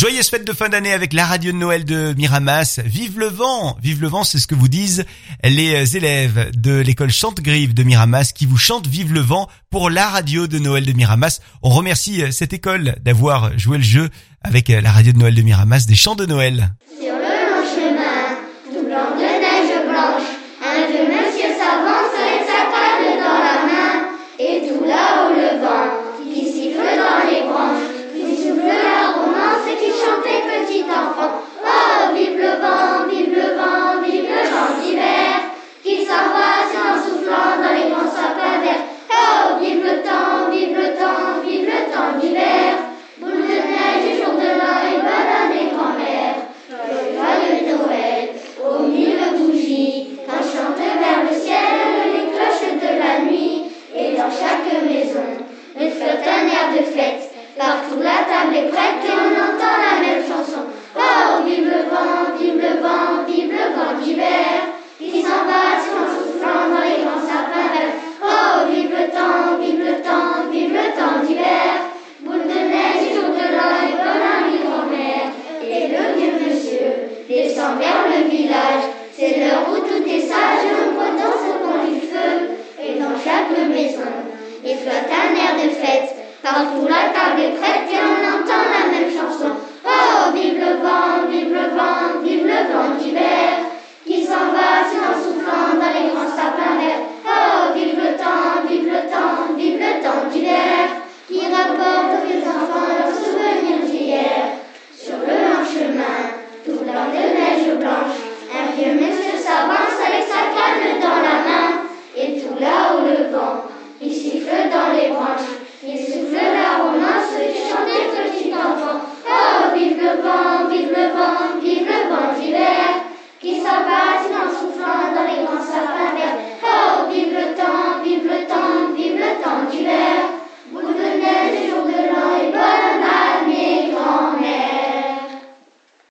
Joyeuse fête de fin d'année avec la radio de Noël de Miramas. Vive le vent, c'est ce que vous disent les élèves de l'école Chante-Grive de Miramas qui vous chantent Vive le vent pour la radio de Noël de Miramas. On remercie cette école d'avoir joué le jeu avec la radio de Noël de Miramas des chants de Noël.